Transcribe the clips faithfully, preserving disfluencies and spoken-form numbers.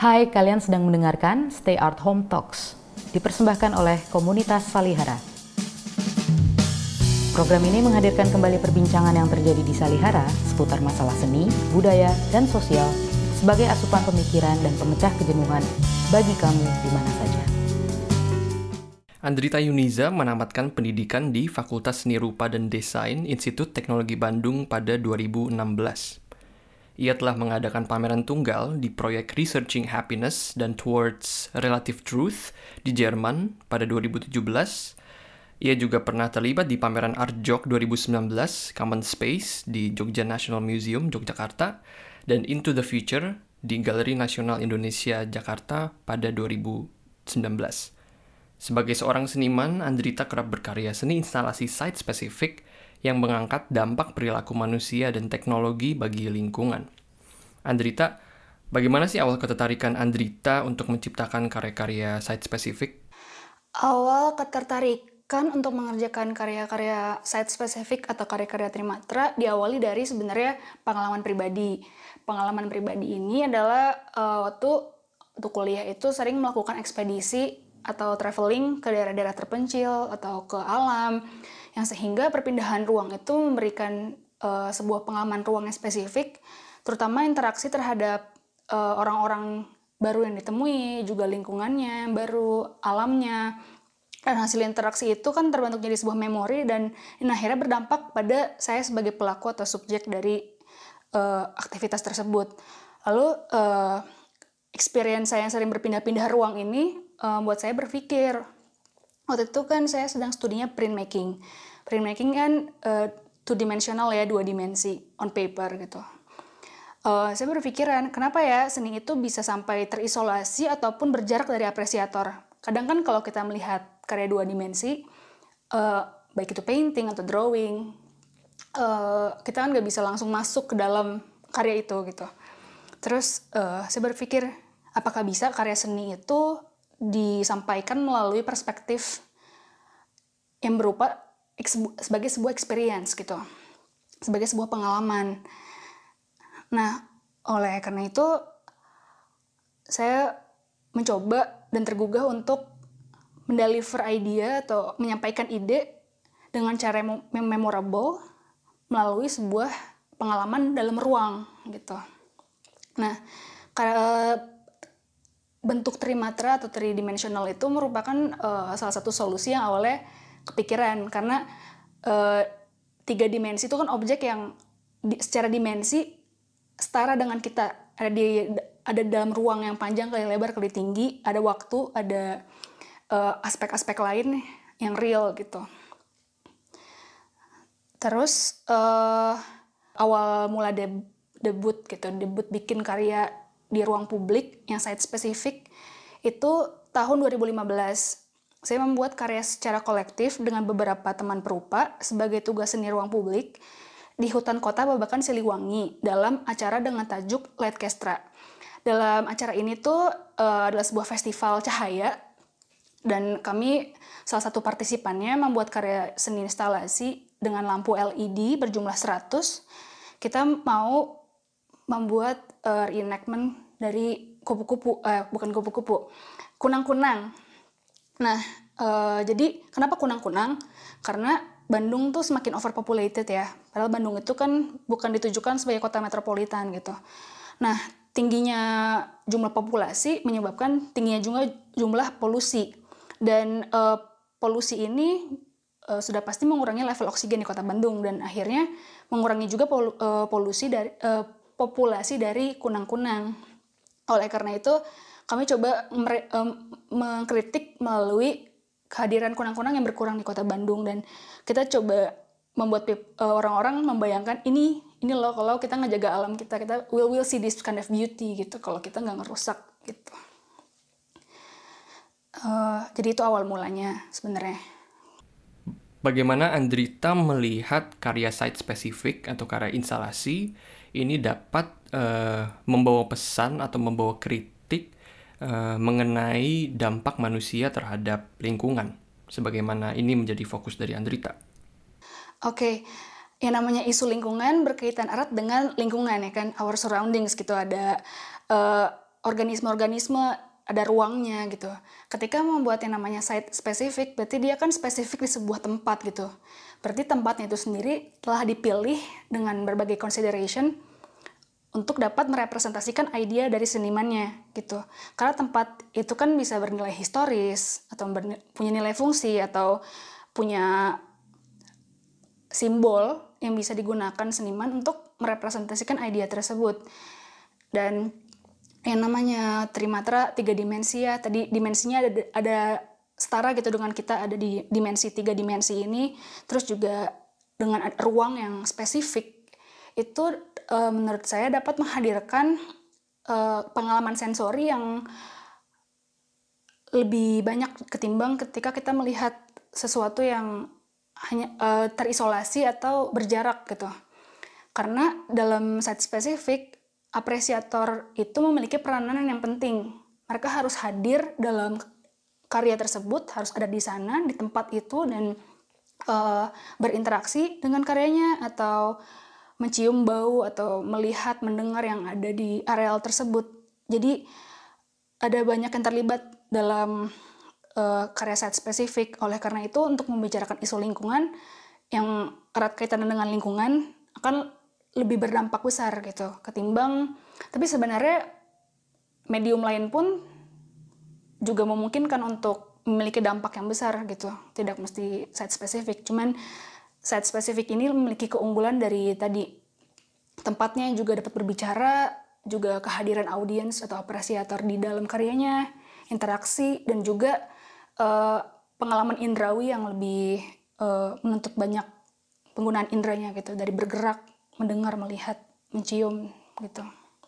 Hai, kalian sedang mendengarkan Stay Art Home Talks, dipersembahkan oleh komunitas Salihara. Program ini menghadirkan kembali perbincangan yang terjadi di Salihara seputar masalah seni, budaya, dan sosial sebagai asupan pemikiran dan pemecah kejenuhan bagi kamu di mana saja. Andrita Yuniza menamatkan pendidikan di Fakultas Seni Rupa dan Desain Institut Teknologi Bandung pada dua ribu enam belas. Ia telah mengadakan pameran tunggal di proyek Researching Happiness dan Towards Relative Truth di Jerman pada dua ribu tujuh belas. Ia juga pernah terlibat di pameran Artjok dua ribu sembilan belas Common Space di Jogja National Museum, Yogyakarta, dan Into the Future di Galeri Nasional Indonesia, Jakarta pada dua ribu sembilan belas. Sebagai seorang seniman, Andrita kerap berkarya seni instalasi site-spesifik yang mengangkat dampak perilaku manusia dan teknologi bagi lingkungan. Andrita, bagaimana sih awal ketertarikan Andrita untuk menciptakan karya-karya site-spesifik? Awal ketertarikan untuk mengerjakan karya-karya site-spesifik atau karya-karya trimatra diawali dari sebenarnya pengalaman pribadi. Pengalaman pribadi ini adalah uh, waktu untuk kuliah itu sering melakukan ekspedisi atau traveling ke daerah-daerah terpencil atau ke alam, yang sehingga perpindahan ruang itu memberikan uh, sebuah pengalaman ruang yang spesifik, terutama interaksi terhadap uh, orang-orang baru yang ditemui, juga lingkungannya baru, alamnya. Dan hasil interaksi itu kan terbentuk jadi sebuah memori dan akhirnya berdampak pada saya sebagai pelaku atau subjek dari uh, aktivitas tersebut. Lalu uh, experience saya yang sering berpindah-pindah ruang ini um, buat saya berpikir, waktu itu kan saya sedang studinya printmaking. Printmaking kan uh, two-dimensional ya, dua dimensi, on paper gitu. Uh, saya berpikiran, kenapa ya seni itu bisa sampai terisolasi ataupun berjarak dari apresiator. Kadang kan kalau kita melihat karya dua dimensi, uh, baik itu painting atau drawing, uh, kita kan nggak bisa langsung masuk ke dalam karya itu gitu. Terus uh, saya berpikir, apakah bisa karya seni itu disampaikan melalui perspektif yang berupa sebagai sebuah experience gitu, sebagai sebuah pengalaman. Nah, oleh karena itu saya mencoba dan tergugah untuk mendeliver idea atau menyampaikan ide dengan cara yang memorable melalui sebuah pengalaman dalam ruang gitu. Nah, bentuk trimatra atau tridimensional itu merupakan uh, salah satu solusi yang awalnya kepikiran, karena uh, tiga dimensi itu kan objek yang di, secara dimensi setara dengan kita, ada di ada dalam ruang yang panjang kali lebar kali tinggi, ada waktu, ada uh, aspek-aspek lain yang real gitu. Terus uh, awal mula deb- debut gitu, debut bikin karya di ruang publik yang site spesifik itu tahun dua ribu lima belas. Saya membuat karya secara kolektif dengan beberapa teman perupa sebagai tugas seni ruang publik di hutan kota Babakan Siliwangi dalam acara dengan tajuk Lightkestra. Dalam acara ini tuh uh, adalah sebuah festival cahaya dan kami salah satu partisipannya membuat karya seni instalasi dengan lampu L E D berjumlah seratus. Kita mau membuat uh, reenactment dari kupu-kupu, eh, bukan kupu-kupu, kunang-kunang. Nah, uh, jadi kenapa kunang-kunang? Karena Bandung tuh semakin overpopulated ya. Padahal Bandung itu kan bukan ditujukan sebagai kota metropolitan gitu. Nah, tingginya jumlah populasi menyebabkan tingginya juga jumlah polusi. Dan uh, polusi ini uh, sudah pasti mengurangi level oksigen di kota Bandung dan akhirnya mengurangi juga pol- uh, polusi dari uh, populasi dari kunang-kunang. Oleh karena itu, kami coba mere- um, mengkritik melalui kehadiran kunang-kunang yang berkurang di kota Bandung, dan kita coba membuat pip- uh, orang-orang membayangkan ini ini loh kalau kita ngejaga alam kita, kita will will see this kind of beauty gitu kalau kita nggak ngerusak gitu. Uh, jadi itu awal mulanya sebenarnya. Bagaimana Andrita melihat karya site spesifik atau karya instalasi ini dapat uh, membawa pesan atau membawa kritik uh, mengenai dampak manusia terhadap lingkungan, sebagaimana ini menjadi fokus dari Andrita? Oke, okay. Yang namanya isu lingkungan berkaitan erat dengan lingkungan ya kan, our surroundings gitu. Ada uh, organisme-organisme, ada ruangnya gitu. Ketika membuat yang namanya site spesifik, berarti dia kan spesifik di sebuah tempat gitu. Berarti tempatnya itu sendiri telah dipilih dengan berbagai consideration untuk dapat merepresentasikan idea dari senimannya gitu. Karena tempat itu kan bisa bernilai historis, atau bernilai, punya nilai fungsi, atau punya simbol yang bisa digunakan seniman untuk merepresentasikan idea tersebut. Dan yang namanya trimatra tiga dimensi ya, tadi dimensinya ada, ada setara gitu dengan kita ada di dimensi tiga dimensi ini, terus juga dengan ruang yang spesifik, itu e, menurut saya dapat menghadirkan e, pengalaman sensori yang lebih banyak ketimbang ketika kita melihat sesuatu yang hanya e, terisolasi atau berjarak gitu. Karena dalam site spesifik, apresiator itu memiliki peranan yang penting. Mereka harus hadir dalam karya tersebut, harus ada di sana, di tempat itu, dan uh, berinteraksi dengan karyanya, atau mencium bau, atau melihat, mendengar yang ada di areal tersebut. Jadi ada banyak yang terlibat dalam uh, karya site spesifik. Oleh karena itu, untuk membicarakan isu lingkungan yang erat kaitan dengan lingkungan akan lebih berdampak besar gitu ketimbang, tapi sebenarnya medium lain pun juga memungkinkan untuk memiliki dampak yang besar gitu, tidak mesti site spesifik. Cuman site spesifik ini memiliki keunggulan dari tadi tempatnya juga dapat berbicara, juga kehadiran audiens atau apresiator di dalam karyanya, interaksi, dan juga uh, pengalaman indrawi yang lebih uh, menuntut banyak penggunaan indranya gitu, dari bergerak, mendengar, melihat, mencium gitu.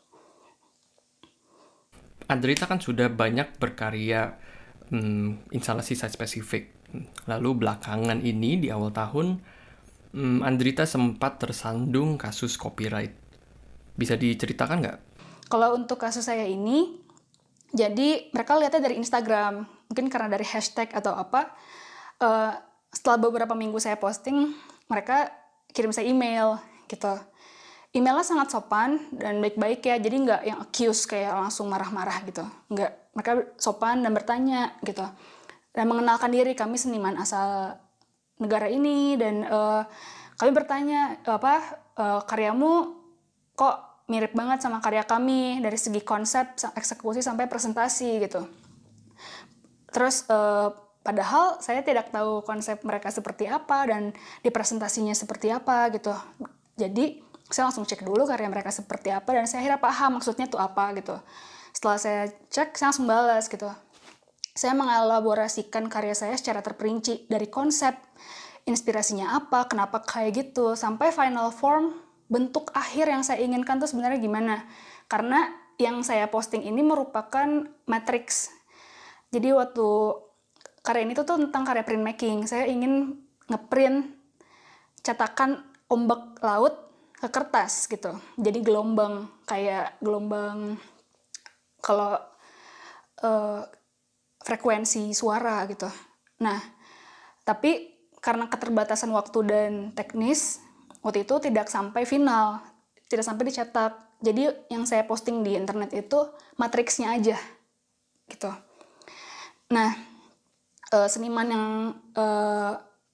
Andrita kan sudah banyak berkarya hmm, instalasi site spesifik. Lalu belakangan ini di awal tahun hmm, Andrita sempat tersandung kasus copyright. Bisa diceritakan nggak? Kalau untuk kasus saya ini, jadi mereka lihatnya dari Instagram, mungkin karena dari hashtag atau apa. Uh, setelah beberapa minggu saya posting, mereka kirim saya email gitu. Emailnya sangat sopan dan baik-baik ya, jadi nggak yang accuse kayak langsung marah-marah gitu. Nggak, mereka sopan dan bertanya gitu. Dan mengenalkan diri, kami seniman asal negara ini, dan uh, kami bertanya, apa uh, karyamu kok mirip banget sama karya kami dari segi konsep, eksekusi, sampai presentasi gitu. Terus uh, padahal saya tidak tahu konsep mereka seperti apa dan di presentasinya seperti apa gitu. Jadi saya langsung cek dulu karya mereka seperti apa, dan saya akhirnya paham maksudnya tuh apa gitu. Setelah saya cek, saya langsung balas gitu. Saya mengelaborasikan karya saya secara terperinci, dari konsep, inspirasinya apa, kenapa kayak gitu, sampai final form, bentuk akhir yang saya inginkan tuh sebenarnya gimana. Karena yang saya posting ini merupakan matrix. Jadi waktu karya ini tuh, tuh tentang karya printmaking. Saya ingin ngeprint cetakan ombak laut ke kertas gitu. Jadi gelombang, kayak gelombang kalau uh, frekuensi suara gitu. Nah, tapi karena keterbatasan waktu dan teknis, waktu itu tidak sampai final, tidak sampai dicetak. Jadi yang saya posting di internet itu matriksnya aja gitu. Nah, uh, seniman yang uh,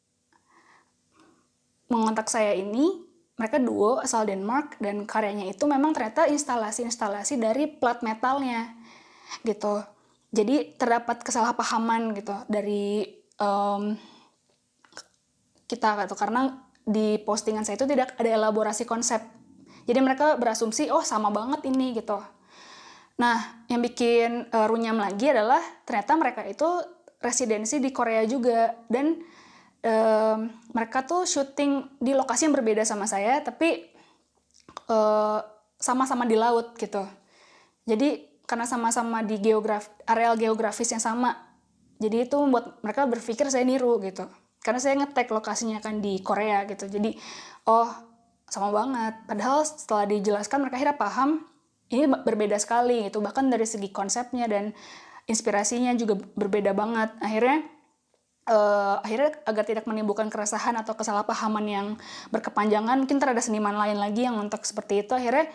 mengontak saya ini, mereka duo asal Denmark, dan karyanya itu memang ternyata instalasi-instalasi dari plat metalnya gitu. Jadi terdapat kesalahpahaman gitu dari um, kita gitu, karena di postingan saya itu tidak ada elaborasi konsep. Jadi mereka berasumsi, oh sama banget ini gitu. Nah, yang bikin uh, runyam lagi adalah ternyata mereka itu residensi di Korea juga, dan Uh, mereka tuh syuting di lokasi yang berbeda sama saya, tapi uh, sama-sama di laut gitu. Jadi karena sama-sama di geograf areal geografis yang sama, jadi itu membuat mereka berpikir saya niru gitu. Karena saya nge-tag lokasinya kan di Korea gitu. Jadi oh sama banget. Padahal setelah dijelaskan mereka akhirnya paham ini berbeda sekali gitu. Bahkan dari segi konsepnya dan inspirasinya juga berbeda banget. Akhirnya Uh, akhirnya agar tidak menimbulkan keresahan atau kesalahpahaman yang berkepanjangan, mungkin terhadap seniman lain lagi yang untuk seperti itu, akhirnya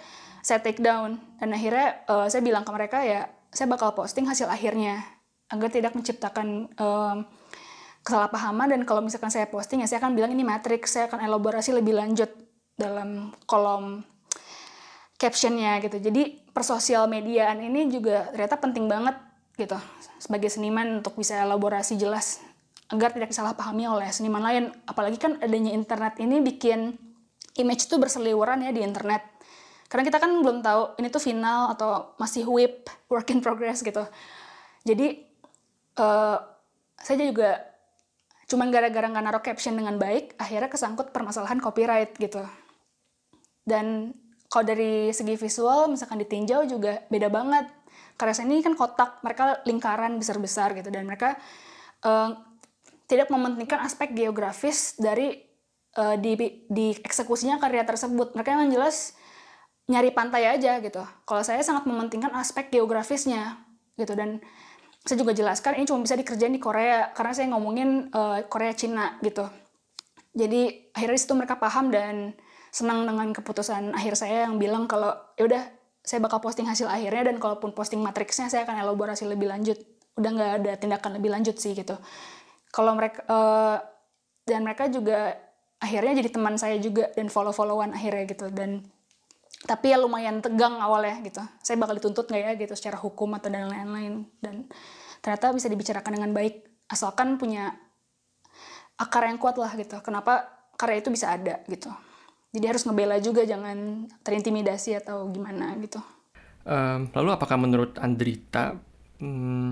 saya take down. Dan akhirnya uh, saya bilang ke mereka ya, saya bakal posting hasil akhirnya agar tidak menciptakan um, kesalahpahaman. Dan kalau misalkan saya posting ya saya akan bilang ini matrix, saya akan elaborasi lebih lanjut dalam kolom captionnya gitu. Jadi persosial mediaan ini juga ternyata penting banget gitu sebagai seniman untuk bisa elaborasi jelas agar tidak disalahpahami oleh seniman lain. Apalagi kan adanya internet ini bikin image itu berseliweran ya di internet. Karena kita kan belum tahu ini tuh final atau masih whip, work in progress gitu. Jadi uh, saya juga cuman gara-gara nggak naruh caption dengan baik, akhirnya kesangkut permasalahan copyright gitu. Dan kalau dari segi visual, misalkan ditinjau juga beda banget. Karya saya ini kan kotak, mereka lingkaran besar-besar gitu. Dan mereka uh, tidak mementingkan aspek geografis dari uh, di, di eksekusinya karya tersebut. Mereka yang jelas nyari pantai aja gitu. Kalau saya sangat mementingkan aspek geografisnya gitu. Dan saya juga jelaskan ini cuma bisa dikerjain di Korea. Karena saya ngomongin uh, Korea Cina gitu. Jadi akhirnya disitu mereka paham dan senang dengan keputusan akhir saya yang bilang kalau ya udah saya bakal posting hasil akhirnya, dan kalaupun posting matriksnya saya akan elaborasi lebih lanjut. Udah nggak ada tindakan lebih lanjut sih gitu. Kalau mereka uh, dan mereka juga akhirnya jadi teman saya juga dan follow-followan akhirnya gitu. Dan tapi ya lumayan tegang awalnya gitu. Saya bakal dituntut nggak ya gitu secara hukum atau dan lain-lain. Dan ternyata bisa dibicarakan dengan baik asalkan punya akar yang kuat lah gitu. Kenapa karya itu bisa ada gitu. Jadi harus ngebela juga, jangan terintimidasi atau gimana gitu. Um, lalu apakah menurut Andrita hmm,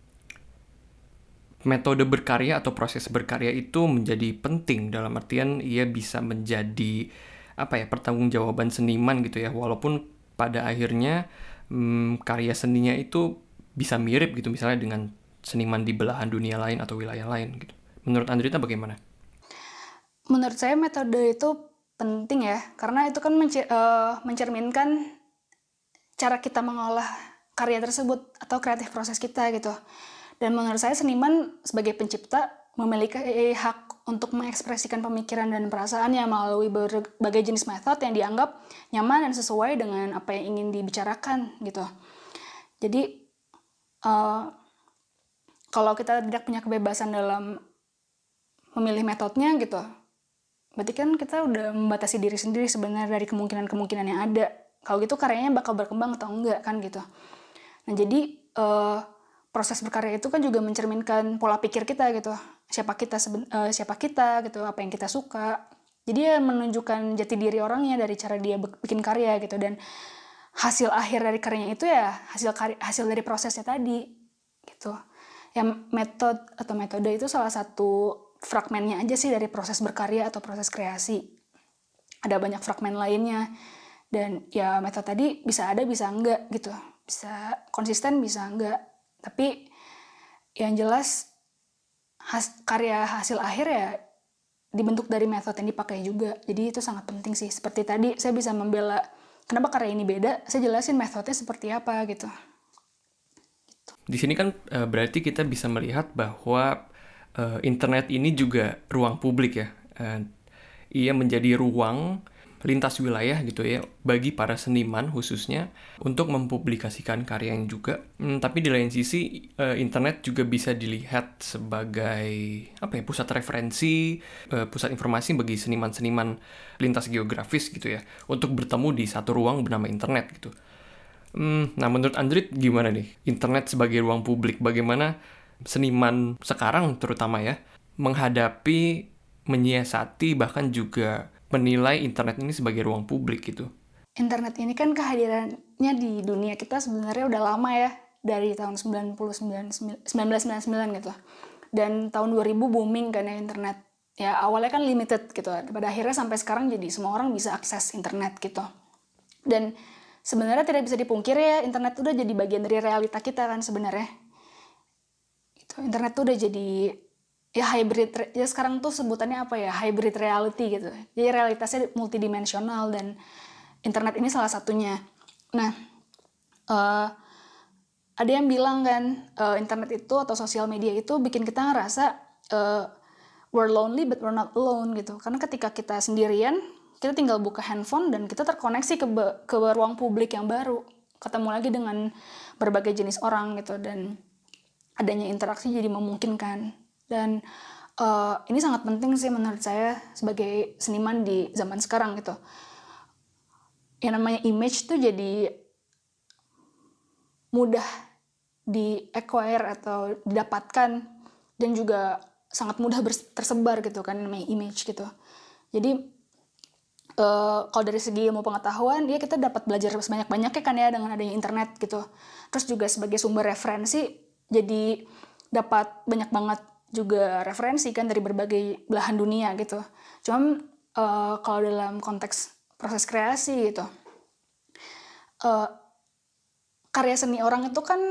metode berkarya atau proses berkarya itu menjadi penting dalam artian ia bisa menjadi apa ya pertanggungjawaban seniman gitu ya, walaupun pada akhirnya hmm, karya seninya itu bisa mirip gitu misalnya dengan seniman di belahan dunia lain atau wilayah lain gitu. Menurut Andrita bagaimana? Menurut saya metode itu penting ya, karena itu kan mencer- uh, mencerminkan cara kita mengolah karya tersebut atau kreatif proses kita gitu. Dan menurut saya seniman sebagai pencipta memiliki hak untuk mengekspresikan pemikiran dan perasaannya melalui berbagai jenis metode yang dianggap nyaman dan sesuai dengan apa yang ingin dibicarakan gitu. Jadi uh, kalau kita tidak punya kebebasan dalam memilih metodenya gitu, berarti kan kita udah membatasi diri sendiri sebenarnya dari kemungkinan-kemungkinan yang ada. Kalau gitu karyanya bakal berkembang atau enggak kan gitu. Nah jadi uh, proses berkarya itu kan juga mencerminkan pola pikir kita gitu. Siapa kita seben- uh, siapa kita gitu, apa yang kita suka. Jadi ya menunjukkan jati diri orangnya dari cara dia bikin karya gitu. Dan hasil akhir dari karyanya itu ya hasil karya, hasil dari prosesnya tadi gitu. Yang metode atau metode itu salah satu fragmennya aja sih dari proses berkarya atau proses kreasi. Ada banyak fragmen lainnya. Dan ya metode tadi bisa ada, bisa enggak gitu. Bisa konsisten, bisa enggak. Tapi yang jelas has, karya hasil akhir ya dibentuk dari metode yang dipakai juga. Jadi itu sangat penting sih. Seperti tadi saya bisa membela kenapa karya ini beda, saya jelasin metodenya seperti apa gitu. gitu. Di sini kan uh, berarti kita bisa melihat bahwa Uh, internet ini juga ruang publik ya. Uh, ia menjadi ruang lintas wilayah gitu ya bagi para seniman khususnya untuk mempublikasikan karyanya juga. Hmm, tapi di lain sisi uh, internet juga bisa dilihat sebagai apa ya pusat referensi, uh, pusat informasi bagi seniman-seniman lintas geografis gitu ya untuk bertemu di satu ruang bernama internet gitu. Hmm, nah menurut Andrit gimana nih internet sebagai ruang publik? Bagaimana seniman sekarang terutama ya menghadapi, menyiasati bahkan juga menilai internet ini sebagai ruang publik gitu. Internet ini kan kehadirannya di dunia kita sebenarnya udah lama ya, dari tahun sembilan puluh sembilan, seribu sembilan ratus sembilan puluh sembilan gitu. Dan tahun dua ribu booming kan ya internet. Ya awalnya kan limited gitu. Pada akhirnya sampai sekarang jadi semua orang bisa akses internet gitu. Dan sebenarnya tidak bisa dipungkiri ya internet udah jadi bagian dari realita kita kan sebenarnya. Internet tuh udah jadi ya hybrid, ya sekarang tuh sebutannya apa ya, hybrid reality gitu. Jadi realitasnya multidimensional dan internet ini salah satunya. Nah, uh, ada yang bilang kan uh, internet itu atau sosial media itu bikin kita ngerasa uh, we're lonely but we're not alone gitu. Karena ketika kita sendirian, kita tinggal buka handphone dan kita terkoneksi ke be- ke ruang publik yang baru, ketemu lagi dengan berbagai jenis orang gitu, dan adanya interaksi jadi memungkinkan. Dan uh, ini sangat penting sih menurut saya sebagai seniman di zaman sekarang gitu. Yang namanya image tuh jadi mudah di-acquire atau didapatkan, dan juga sangat mudah tersebar gitu kan, namanya image gitu. Jadi uh, kalau dari segi ilmu pengetahuan, ya kita dapat belajar sebanyak-banyaknya kan ya dengan adanya internet gitu. Terus juga sebagai sumber referensi, jadi dapat banyak banget juga referensi kan dari berbagai belahan dunia gitu. Cuman uh, kalau dalam konteks proses kreasi gitu, uh, karya seni orang itu kan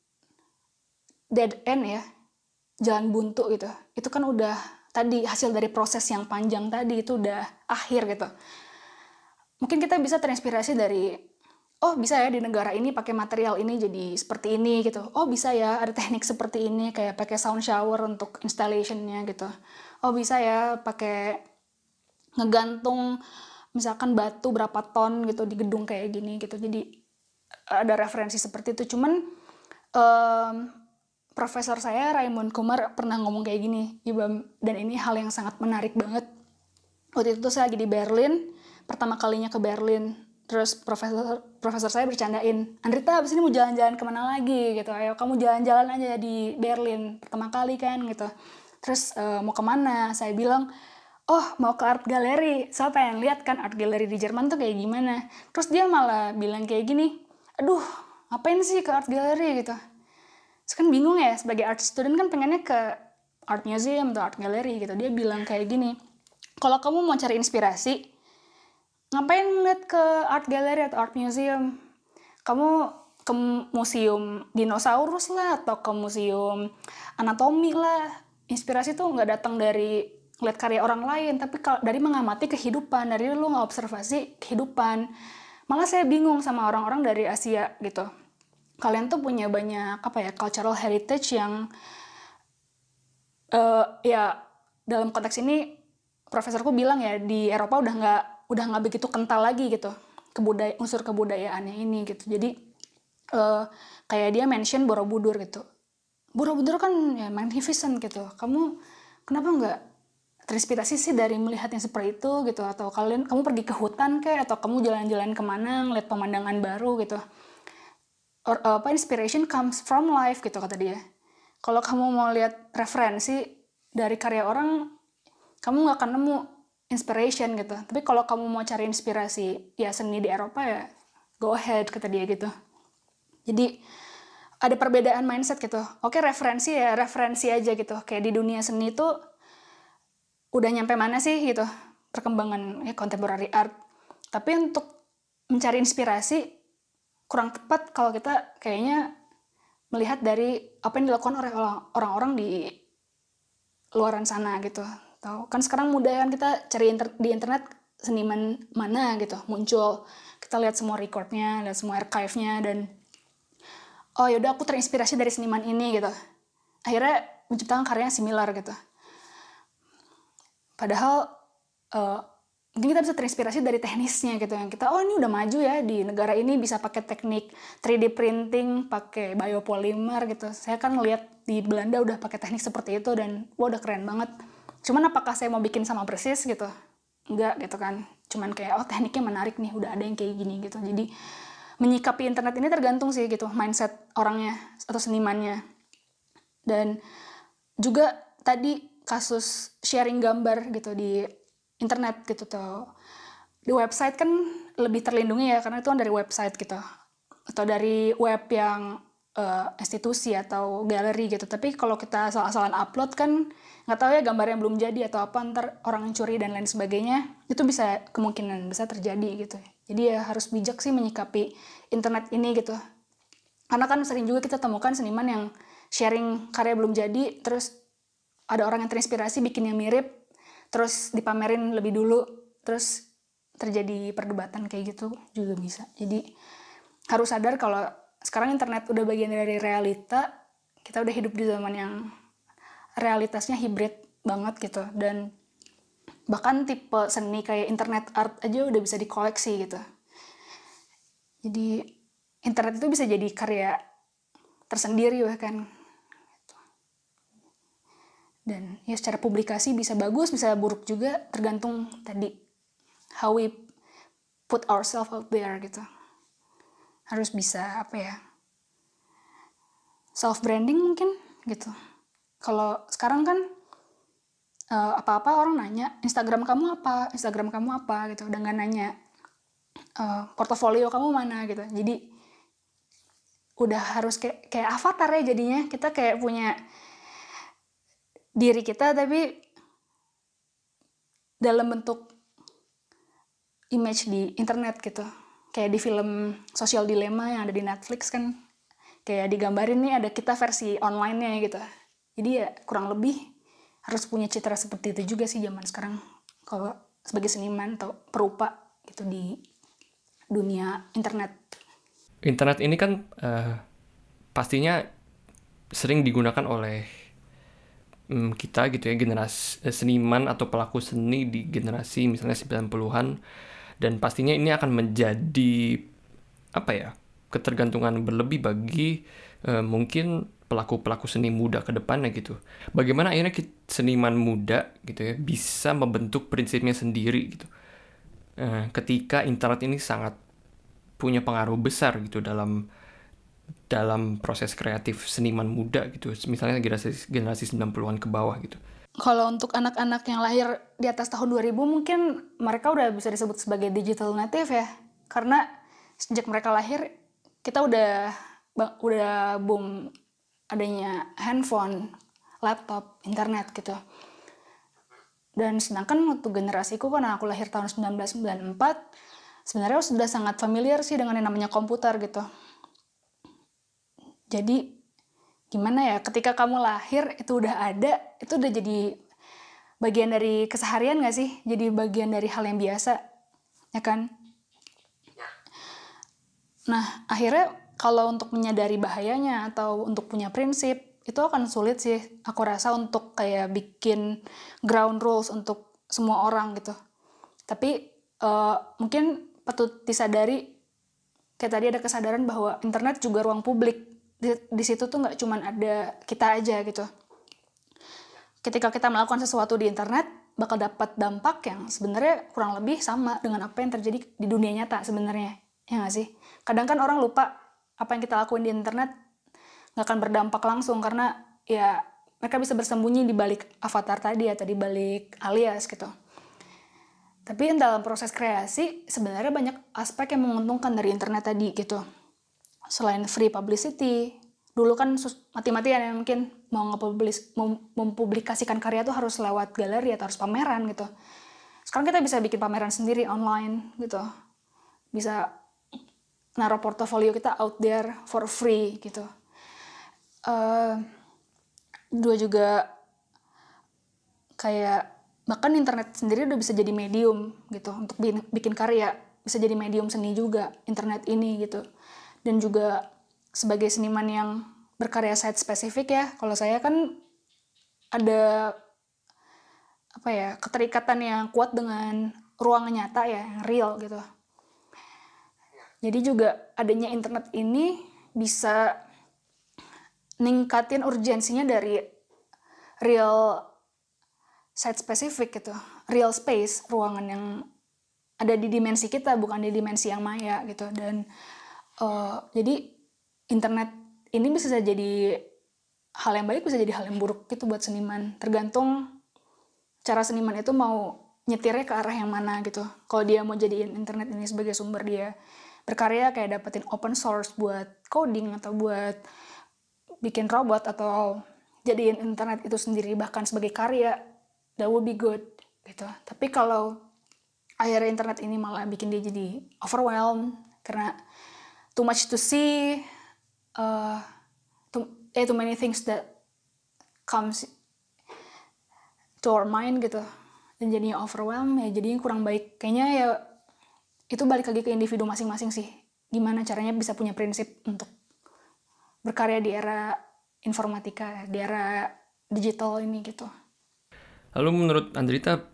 dead end ya, jalan buntu gitu. Itu kan udah tadi hasil dari proses yang panjang tadi, itu udah akhir gitu. Mungkin kita bisa terinspirasi dari, oh bisa ya di negara ini pakai material ini jadi seperti ini gitu. Oh bisa ya ada teknik seperti ini, kayak pakai sound shower untuk installationnya gitu. Oh bisa ya pakai ngegantung misalkan batu berapa ton gitu di gedung kayak gini gitu. Jadi ada referensi seperti itu. Cuman um, profesor saya Raymond Kumar pernah ngomong kayak gini, dan ini hal yang sangat menarik banget. Waktu itu saya lagi di Berlin, pertama kalinya ke Berlin. Terus profesor profesor saya bercandain, Andrita abis ini mau jalan-jalan kemana lagi gitu, ayo kamu jalan-jalan aja di Berlin, pertama kali kan gitu. Terus e, mau kemana? Saya bilang, oh mau ke art gallery, saya pengen lihat kan art gallery di Jerman tuh kayak gimana. Terus dia malah bilang kayak gini, aduh ngapain sih ke art gallery gitu. Terus kan bingung ya, sebagai art student kan pengennya ke art museum atau art gallery gitu. Dia bilang kayak gini, kalau kamu mau cari inspirasi, ngapain lihat ke art gallery atau art museum? Kamu ke museum dinosaurus lah, atau ke museum anatomi lah. Inspirasi tuh nggak datang dari lihat karya orang lain, tapi dari mengamati kehidupan, dari lu ngobservasi kehidupan. Malah saya bingung sama orang-orang dari Asia gitu. Kalian tuh punya banyak apa ya cultural heritage yang uh, ya dalam konteks ini profesorku bilang ya di Eropa udah nggak udah nggak begitu kental lagi gitu kebudaya unsur kebudayaannya ini gitu. Jadi uh, kayak dia mention Borobudur gitu. Borobudur kan ya magnificent gitu. Kamu kenapa nggak terinspirasi sih dari melihat yang seperti itu gitu, atau kalian kamu pergi ke hutan kayak, atau kamu jalan-jalan kemana ngeliat pemandangan baru gitu. Or, apa inspiration comes from life gitu kata dia. Kalau kamu mau lihat referensi dari karya orang, kamu nggak akan nemu inspiration gitu. Tapi kalau kamu mau cari inspirasi ya seni di Eropa, ya go ahead kata dia gitu. Jadi ada perbedaan mindset gitu. Oke, referensi ya referensi aja gitu. Kayak di dunia seni tuh udah nyampe mana sih gitu perkembangan ya contemporary art. Tapi untuk mencari inspirasi kurang tepat kalau kita kayaknya melihat dari apa yang dilakukan oleh orang-orang di luaran sana gitu. Tahu kan sekarang mudah kan kita cari inter- di internet seniman mana gitu muncul, kita lihat semua recordnya, lihat semua archive-nya, dan oh yaudah aku terinspirasi dari seniman ini gitu. Akhirnya menciptakan karya yang similar gitu. Padahal uh, mungkin kita bisa terinspirasi dari teknisnya gitu, yang kita oh ini udah maju ya di negara ini bisa pakai teknik three D printing, pakai biopolymer gitu. Saya kan ngeliat di Belanda udah pakai teknik seperti itu dan wah udah keren banget. Cuman apakah saya mau bikin sama persis gitu? Enggak gitu kan. Cuman kayak oh tekniknya menarik nih, udah ada yang kayak gini gitu. Jadi menyikapi internet ini tergantung sih gitu mindset orangnya atau senimannya. Dan juga tadi kasus sharing gambar gitu di internet gitu tuh. Di website kan lebih terlindungi ya, karena itu kan dari website gitu. Atau dari web yang uh, institusi atau galeri gitu. Tapi kalau kita asal-asalan upload kan nggak tahu ya gambarnya belum jadi atau apa, ntar orang curi dan lain sebagainya. Itu bisa kemungkinan bisa terjadi gitu. Jadi ya harus bijak sih menyikapi internet ini gitu. Karena kan sering juga kita temukan seniman yang sharing karya belum jadi, terus ada orang yang terinspirasi bikin yang mirip, terus dipamerin lebih dulu, terus terjadi perdebatan kayak gitu juga bisa. Jadi harus sadar kalau sekarang internet udah bagian dari realita, kita udah hidup di zaman yang realitasnya hibrid banget gitu, dan Bahkan tipe seni kayak internet art aja udah bisa dikoleksi gitu. Jadi internet itu bisa jadi karya tersendiri bahkan. Dan ya secara publikasi bisa bagus, bisa buruk juga, tergantung tadi how we put ourselves out there gitu. Harus bisa apa ya, self branding mungkin gitu. Kalau sekarang kan uh, apa-apa orang nanya Instagram kamu apa, Instagram kamu apa gitu, udah nggak nanya uh, portofolio kamu mana gitu. Jadi udah harus kayak kayak avatar ya jadinya, kita kayak punya diri kita tapi dalam bentuk image di internet gitu. Kayak di film Social Dilemma yang ada di Netflix kan, kayak digambarin nih ada kita versi online-nya gitu. Jadi ya kurang lebih harus punya citra seperti itu juga sih zaman sekarang kalau sebagai seniman atau perupa gitu di dunia internet. Internet ini kan uh, pastinya sering digunakan oleh um, kita gitu ya, generasi eh, seniman atau pelaku seni di generasi misalnya sembilan puluhan, dan pastinya ini akan menjadi apa ya, ketergantungan berlebih bagi uh, mungkin pelaku-pelaku seni muda ke depannya gitu. Bagaimana akhirnya kita, seniman muda gitu ya, bisa membentuk prinsipnya sendiri gitu. Uh, ketika internet ini sangat punya pengaruh besar gitu dalam dalam proses kreatif seniman muda gitu. Misalnya generasi generasi sembilan puluhan ke bawah gitu. Kalau untuk anak-anak yang lahir di atas tahun dua ribu mungkin mereka udah bisa disebut sebagai digital native ya. Karena sejak mereka lahir kita udah udah boom adanya handphone, laptop, internet gitu. Dan sedangkan waktu generasiku karena aku lahir tahun sembilan belas sembilan puluh empat, sebenarnya sudah sangat familiar sih dengan yang namanya komputer gitu. Jadi gimana ya, ketika kamu lahir itu udah ada, itu udah jadi bagian dari keseharian gak sih? Jadi bagian dari hal yang biasa, ya kan? Nah, akhirnya kalau untuk menyadari bahayanya atau untuk punya prinsip, itu akan sulit sih, aku rasa, untuk kayak bikin ground rules untuk semua orang gitu. Tapi uh, mungkin patut disadari, kayak tadi ada kesadaran bahwa internet juga ruang publik. Di, di situ tuh nggak cuman ada kita aja gitu. Ketika kita melakukan sesuatu di internet, bakal dapat dampak yang sebenarnya kurang lebih sama dengan apa yang terjadi di dunia nyata sebenarnya, ya nggak sih? Kadang kan orang lupa apa yang kita lakuin di internet nggak akan berdampak langsung karena ya mereka bisa bersembunyi di balik avatar tadi atau di balik alias gitu. Tapi dalam proses kreasi sebenarnya banyak aspek yang menguntungkan dari internet tadi gitu. Selain free publicity, dulu kan mati-matian ya mungkin mau nge-publish, mempublikasikan karya tuh harus lewat galeri atau harus pameran gitu. Sekarang kita bisa bikin pameran sendiri online gitu. Bisa naruh portofolio kita out there for free gitu. Uh, dua juga kayak bahkan internet sendiri udah bisa jadi medium gitu untuk bikin karya, bisa jadi medium seni juga internet ini gitu. Dan juga sebagai seniman yang berkarya site spesifik ya, kalau saya kan ada apa ya, keterikatan yang kuat dengan ruang nyata ya, yang real gitu. Jadi juga adanya internet ini bisa ningkatin urgensinya dari real site spesifik gitu, real space, ruangan yang ada di dimensi kita, bukan di dimensi yang maya gitu. Dan Uh, jadi internet ini bisa jadi hal yang baik, bisa jadi hal yang buruk gitu buat seniman. Tergantung cara seniman itu mau nyetirnya ke arah yang mana gitu. Kalau dia mau jadiin internet ini sebagai sumber dia berkarya, kayak dapetin open source buat coding atau buat bikin robot, atau jadiin internet itu sendiri bahkan sebagai karya, that would be good gitu. Tapi kalau akhirnya internet ini malah bikin dia jadi overwhelmed karena too much to see, uh, too, eh, too many things that comes to our mind gitu, dan jadinya overwhelmed, ya jadinya kurang baik. Kayaknya ya itu balik lagi ke individu masing-masing sih, gimana caranya bisa punya prinsip untuk berkarya di era informatika, di era digital ini gitu. Lalu menurut Andrita,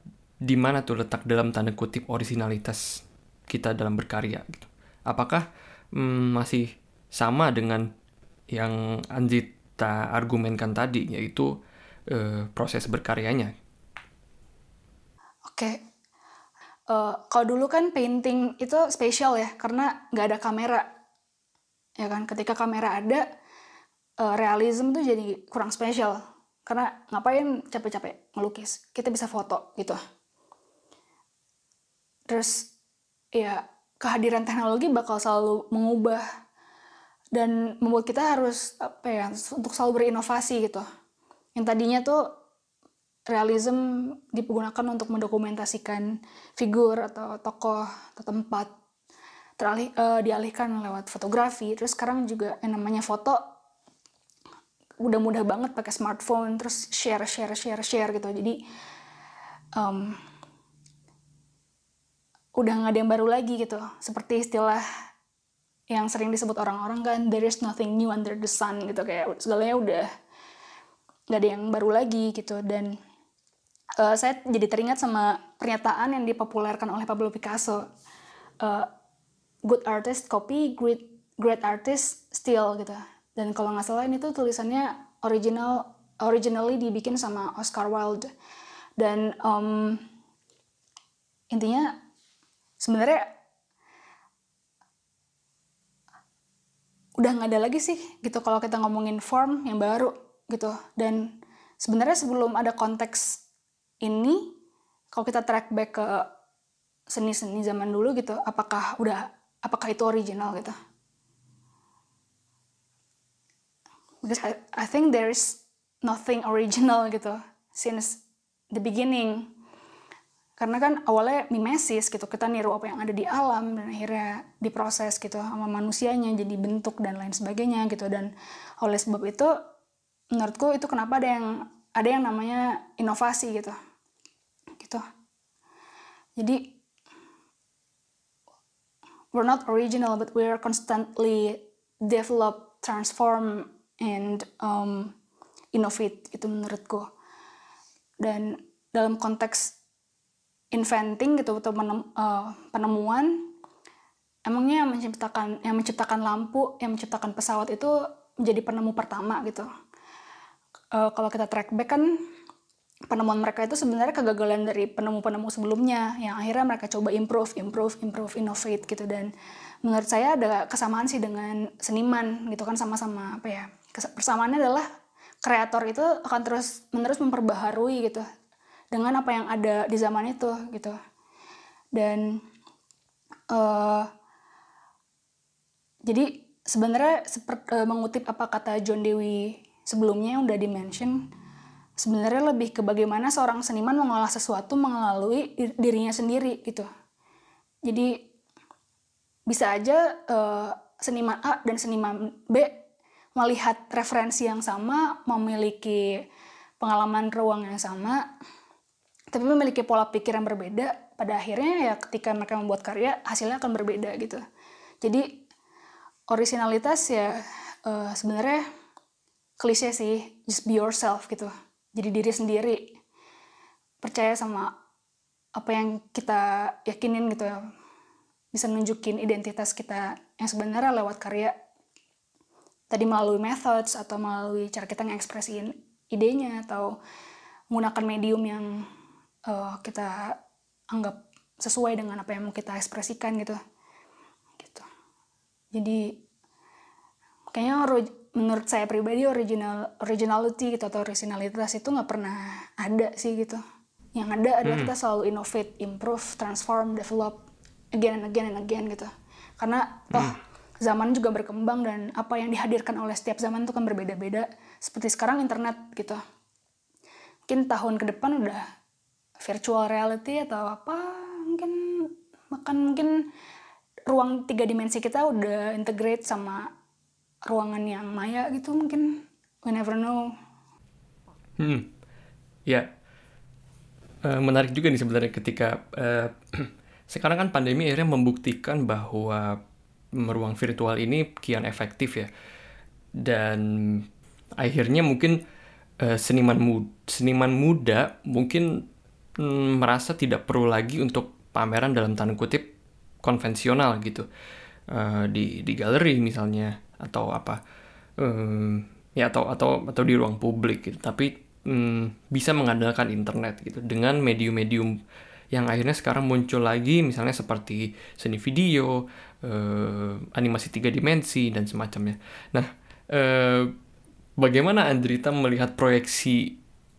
di mana tuh letak dalam tanda kutip orisinalitas kita dalam berkarya gitu. Apakah hmm, masih sama dengan yang Anzita argumenkan tadi, yaitu uh, proses berkaryanya? Oke, okay. uh, kalau dulu kan painting itu spesial ya, karena nggak ada kamera, ya kan. Ketika kamera ada, uh, realism tuh jadi kurang spesial, karena ngapain capek-capek ngelukis, kita bisa foto gitu. Terus ya kehadiran teknologi bakal selalu mengubah dan membuat kita harus apa ya untuk selalu berinovasi gitu. Yang tadinya tuh realism dipergunakan untuk mendokumentasikan figur atau tokoh atau tempat, teralih uh, dialihkan lewat fotografi. Terus sekarang juga yang namanya foto udah mudah banget pakai smartphone, terus share share share share gitu. Jadi um, udah nggak ada yang baru lagi gitu. Seperti istilah yang sering disebut orang-orang kan, there is nothing new under the sun gitu, kayak segalanya udah nggak ada yang baru lagi gitu. Dan Uh, saya jadi teringat sama pernyataan yang dipopulerkan oleh Pablo Picasso, uh, good artist copy, great great artist steal gitu. Dan kalau nggak salah ini tuh tulisannya original originally dibikin sama Oscar Wilde. Dan um, intinya sebenarnya udah nggak ada lagi sih gitu kalau kita ngomongin form yang baru gitu. Dan sebenarnya sebelum ada konteks ini, kalau kita track back ke seni-seni zaman dulu gitu, apakah udah apakah itu original gitu? Because I, I think there is nothing original gitu since the beginning. Karena kan awalnya mimesis gitu, kita niru apa yang ada di alam dan akhirnya diproses gitu sama manusianya jadi bentuk dan lain sebagainya gitu. Dan oleh sebab itu menurutku itu kenapa ada yang ada yang namanya inovasi gitu. Gitu. Jadi we're not original but we're constantly develop, transform and um, innovate gitu menurutku. Dan dalam konteks inventing gitu atau penem, uh, penemuan, emangnya yang menciptakan yang menciptakan lampu, yang menciptakan pesawat itu menjadi penemu pertama gitu. Uh, kalau kita track back kan penemuan mereka itu sebenarnya kegagalan dari penemu-penemu sebelumnya yang akhirnya mereka coba improve, improve, improve, innovate gitu. Dan menurut saya ada kesamaan sih dengan seniman gitu kan, sama-sama apa ya, persamaannya adalah kreator itu akan terus menerus memperbaharui gitu dengan apa yang ada di zaman itu gitu. Dan uh, jadi sebenarnya seperti uh, mengutip apa kata John Dewey sebelumnya yang udah di-mention, sebenarnya lebih ke bagaimana seorang seniman mengolah sesuatu melalui dirinya sendiri gitu. Jadi bisa aja uh, seniman A dan seniman B melihat referensi yang sama, memiliki pengalaman ruang yang sama, tapi memiliki pola pikir yang berbeda. Pada akhirnya ya ketika mereka membuat karya, hasilnya akan berbeda gitu. Jadi originalitas ya uh, sebenarnya klise sih, just be yourself gitu. Jadi diri sendiri, percaya sama apa yang kita yakinin gitu ya, bisa nunjukin identitas kita yang sebenarnya lewat karya. Tadi melalui methods atau melalui cara kita ngekspresiin idenya atau menggunakan medium yang uh, kita anggap sesuai dengan apa yang mau kita ekspresikan gitu. Gitu. Jadi kayaknya menurut saya pribadi original originality gitu atau originalitas itu nggak pernah ada sih gitu. Yang ada adalah hmm. kita selalu innovate, improve, transform, develop again and again and again gitu. Karena toh hmm. zaman juga berkembang dan apa yang dihadirkan oleh setiap zaman itu kan berbeda-beda. Seperti sekarang internet gitu. Mungkin tahun ke depan udah virtual reality atau apa, mungkin bahkan mungkin ruang tiga dimensi kita udah integrate sama ruangan yang maya gitu, mungkin we never know. Hmm, ya, uh, menarik juga nih sebenarnya ketika uh, sekarang kan pandemi akhirnya membuktikan bahwa ruang virtual ini kian efektif ya, dan akhirnya mungkin uh, seniman muda, seniman muda mungkin mm, merasa tidak perlu lagi untuk pameran dalam tanda kutip konvensional gitu. Uh, di di galeri misalnya atau apa um, ya atau atau atau di ruang publik gitu. Tapi um, bisa mengandalkan internet gitu dengan medium-medium yang akhirnya sekarang muncul lagi, misalnya seperti seni video, uh, animasi tiga dimensi dan semacamnya. Nah, uh, bagaimana Andrita melihat proyeksi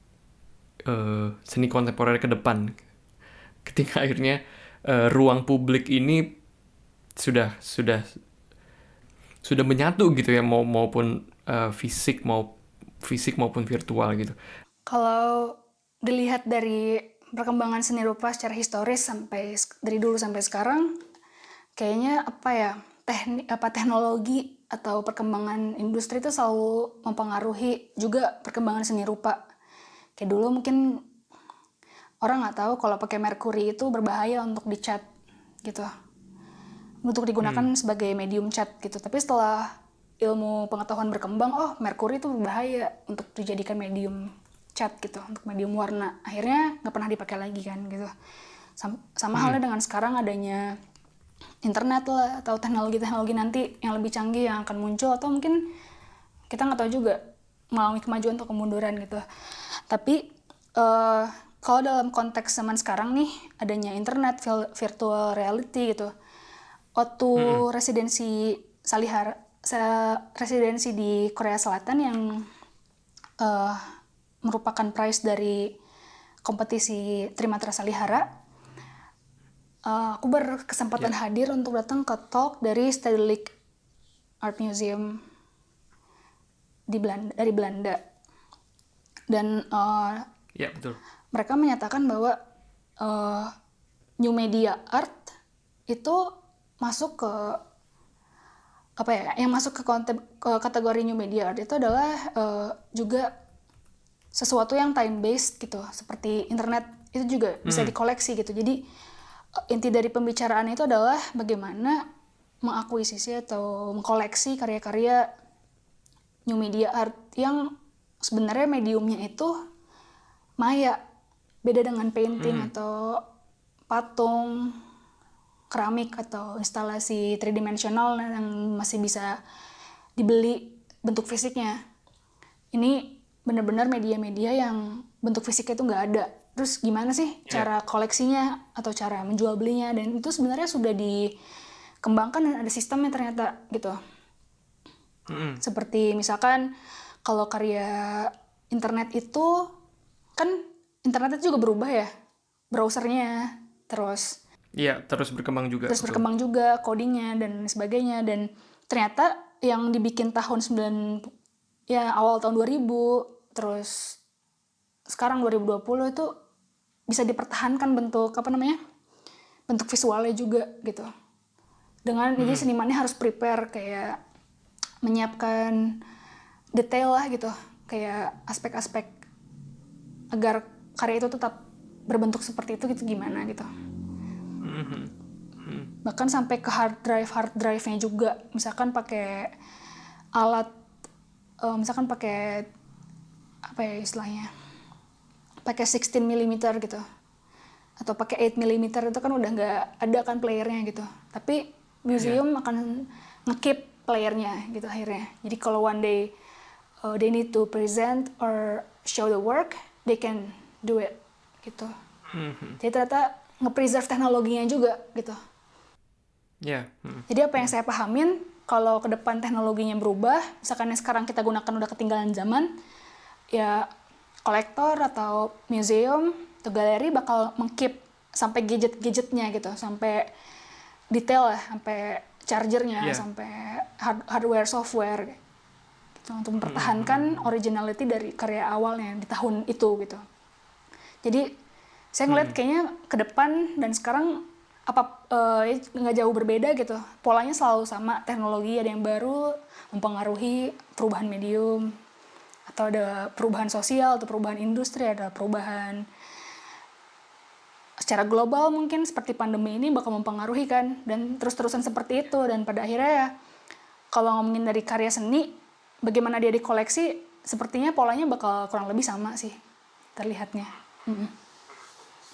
uh, seni kontemporer ke depan ketika akhirnya uh, ruang publik ini sudah sudah sudah menyatu gitu ya, mau maupun uh, fisik mau fisik maupun virtual gitu. Kalau dilihat dari perkembangan seni rupa secara historis sampai dari dulu sampai sekarang, kayaknya apa ya teknik apa teknologi atau perkembangan industri itu selalu mempengaruhi juga perkembangan seni rupa. Kayak dulu mungkin orang nggak tahu kalau pakai merkuri itu berbahaya untuk dicat gitu, untuk digunakan hmm. sebagai medium cat gitu. Tapi setelah ilmu pengetahuan berkembang, oh merkuri itu berbahaya untuk dijadikan medium cat gitu, untuk medium warna. Akhirnya nggak pernah dipakai lagi kan gitu. Sama, sama hmm. halnya dengan sekarang adanya internet lah atau teknologi-teknologi nanti yang lebih canggih yang akan muncul, atau mungkin kita nggak tahu juga mengalami kemajuan atau kemunduran gitu. Tapi uh, kalau dalam konteks zaman sekarang nih adanya internet, virtual reality gitu. Waktu hmm. residensi Salihara, residensi di Korea Selatan yang uh, merupakan prize dari kompetisi Trimatra Salihara, uh, aku berkesempatan yeah. hadir untuk datang ke talk dari Stedelijk Art Museum di Belanda, dari Belanda. Dan uh, yeah, betul. mereka menyatakan bahwa uh, new media art itu masuk ke apa ya yang masuk ke, konten, ke kategori new media art itu adalah uh, juga sesuatu yang time based gitu, seperti internet itu juga bisa hmm. dikoleksi gitu. Jadi uh, inti dari pembicaraan itu adalah bagaimana mengakuisisi atau mengkoleksi karya-karya new media art yang sebenarnya mediumnya itu maya, beda dengan painting hmm. atau patung, keramik atau instalasi tridimensional yang masih bisa dibeli bentuk fisiknya. Ini benar-benar media-media yang bentuk fisiknya itu nggak ada. Terus gimana sih yeah. cara koleksinya atau cara menjual belinya, dan itu sebenarnya sudah dikembangkan dan ada sistemnya ternyata gitu. Mm-hmm. Seperti misalkan kalau karya internet itu kan internet itu juga berubah ya, browsernya terus Iya, terus berkembang juga. Terus betul. berkembang juga codingnya dan sebagainya, dan ternyata yang dibikin tahun sembilan ya awal tahun dua ribu terus sekarang dua ribu dua puluh itu bisa dipertahankan bentuk apa namanya? bentuk visualnya juga gitu. Dengan hmm. jadi senimannya harus prepare kayak menyiapkan detail lah gitu, kayak aspek-aspek agar karya itu tetap berbentuk seperti itu gitu gimana gitu. Bahkan sampai ke hard drive hard drive-nya juga, misalkan pakai alat uh, misalkan pakai apa ya istilahnya, pakai enam belas milimeter gitu atau pakai delapan milimeter, itu kan udah nggak ada kan playernya gitu, tapi museum yeah. akan nge-keep playernya gitu akhirnya. Jadi kalau one day uh, they need to present or show the work, they can do it gitu. Mm-hmm. Jadi ternyata nge-preserve teknologinya juga gitu. Yeah. Hmm. Jadi apa yang saya pahamin, kalau ke depan teknologinya berubah, misalkan yang sekarang kita gunakan udah ketinggalan zaman, ya kolektor atau museum atau galeri bakal meng-keep sampai gadget-gadgetnya gitu, sampai detail lah, sampai chargernya, yeah. sampai hard- hardware, software gitu, untuk mempertahankan hmm. originality dari karya awalnya di tahun itu gitu. Jadi saya ngeliat kayaknya ke depan dan sekarang apa nggak uh, jauh berbeda gitu, polanya selalu sama, teknologi ada yang baru mempengaruhi perubahan medium, atau ada perubahan sosial atau perubahan industri, ada perubahan secara global mungkin seperti pandemi ini bakal mempengaruhi kan, dan terus-terusan seperti itu. Dan pada akhirnya ya kalau ngomongin dari karya seni, bagaimana dia dikoleksi, sepertinya polanya bakal kurang lebih sama sih terlihatnya. Mm-hmm.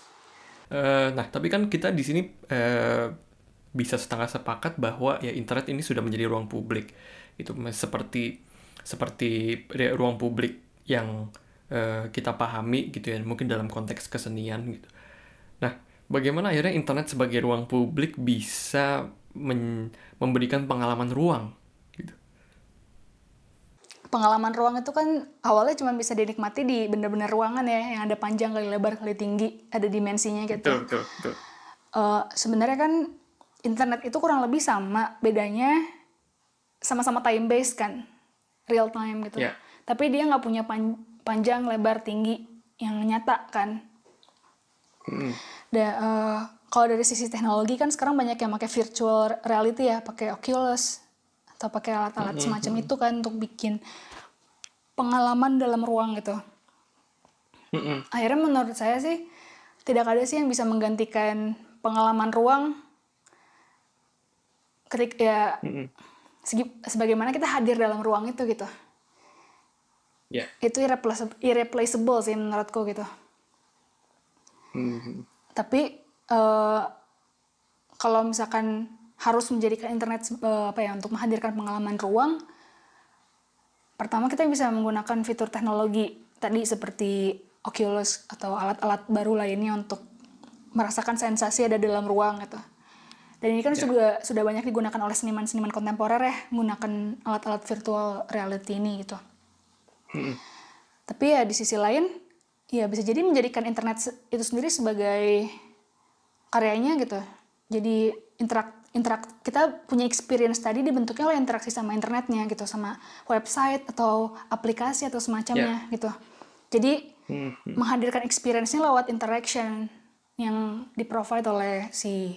Eh, nah, tapi kan kita di sini eh, bisa setengah sepakat bahwa ya internet ini sudah menjadi ruang publik. Itu me- seperti seperti re- ruang publik yang eh, kita pahami gitu ya, mungkin dalam konteks kesenian gitu. Nah, bagaimana akhirnya internet sebagai ruang publik bisa men- memberikan pengalaman ruang gitu. Pengalaman ruang itu kan awalnya cuma bisa dinikmati di benda-benda ruangan ya, yang ada panjang kali lebar kali tinggi, ada dimensinya gitu. Betul, betul, betul. Eh, sebenarnya kan internet itu kurang lebih sama, bedanya sama-sama time based kan, real time gitu. Ya. Tapi dia nggak punya pan- panjang, lebar, tinggi yang nyata kan. Mm. Da, eh, kalau dari sisi teknologi kan sekarang banyak yang pakai virtual reality ya, pakai Oculus atau pakai alat-alat semacam itu kan untuk bikin pengalaman dalam ruang gitu. Mm-mm. Akhirnya menurut saya sih tidak ada sih yang bisa menggantikan pengalaman ruang ketika ya Mm-mm. segi- sebagaimana kita hadir dalam ruang itu gitu. Ya. Itu irreplaceable, irreplaceable sih menurutku gitu. Mhm. Tapi eh, kalau misalkan harus menjadikan internet eh, apa ya untuk menghadirkan pengalaman ruang, pertama kita bisa menggunakan fitur teknologi tadi seperti Oculus atau alat-alat baru lainnya untuk merasakan sensasi ada dalam ruang gitu. Dan ini kan Ya. juga sudah banyak digunakan oleh seniman-seniman kontemporer ya, menggunakan alat-alat virtual reality ini gitu. Mm-mm. Tapi ya di sisi lain, ya bisa jadi menjadikan internet se- itu sendiri sebagai karyanya gitu. Jadi interak interak kita punya experience tadi dibentuknya oleh interaksi sama internetnya gitu, sama website atau aplikasi atau semacamnya gitu. Jadi Mhm. menghadirkan experience-nya lewat interaction yang di-provide oleh si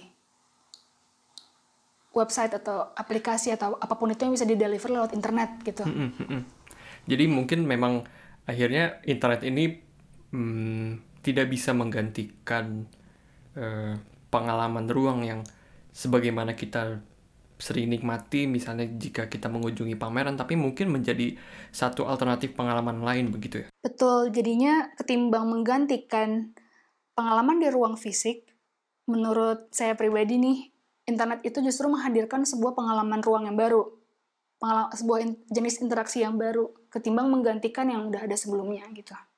website atau aplikasi atau apapun itu yang bisa di-deliver lewat internet gitu. Mm-mm, mm-mm. Jadi mungkin memang akhirnya internet ini mm, tidak bisa menggantikan eh, pengalaman ruang yang sebagaimana kita sering nikmati misalnya jika kita mengunjungi pameran, tapi mungkin menjadi satu alternatif pengalaman lain begitu ya. Betul, jadinya ketimbang menggantikan pengalaman di ruang fisik, menurut saya pribadi nih, internet itu justru menghadirkan sebuah pengalaman ruang yang baru, pengala- sebuah in- jenis interaksi yang baru, ketimbang menggantikan yang udah ada sebelumnya gitu.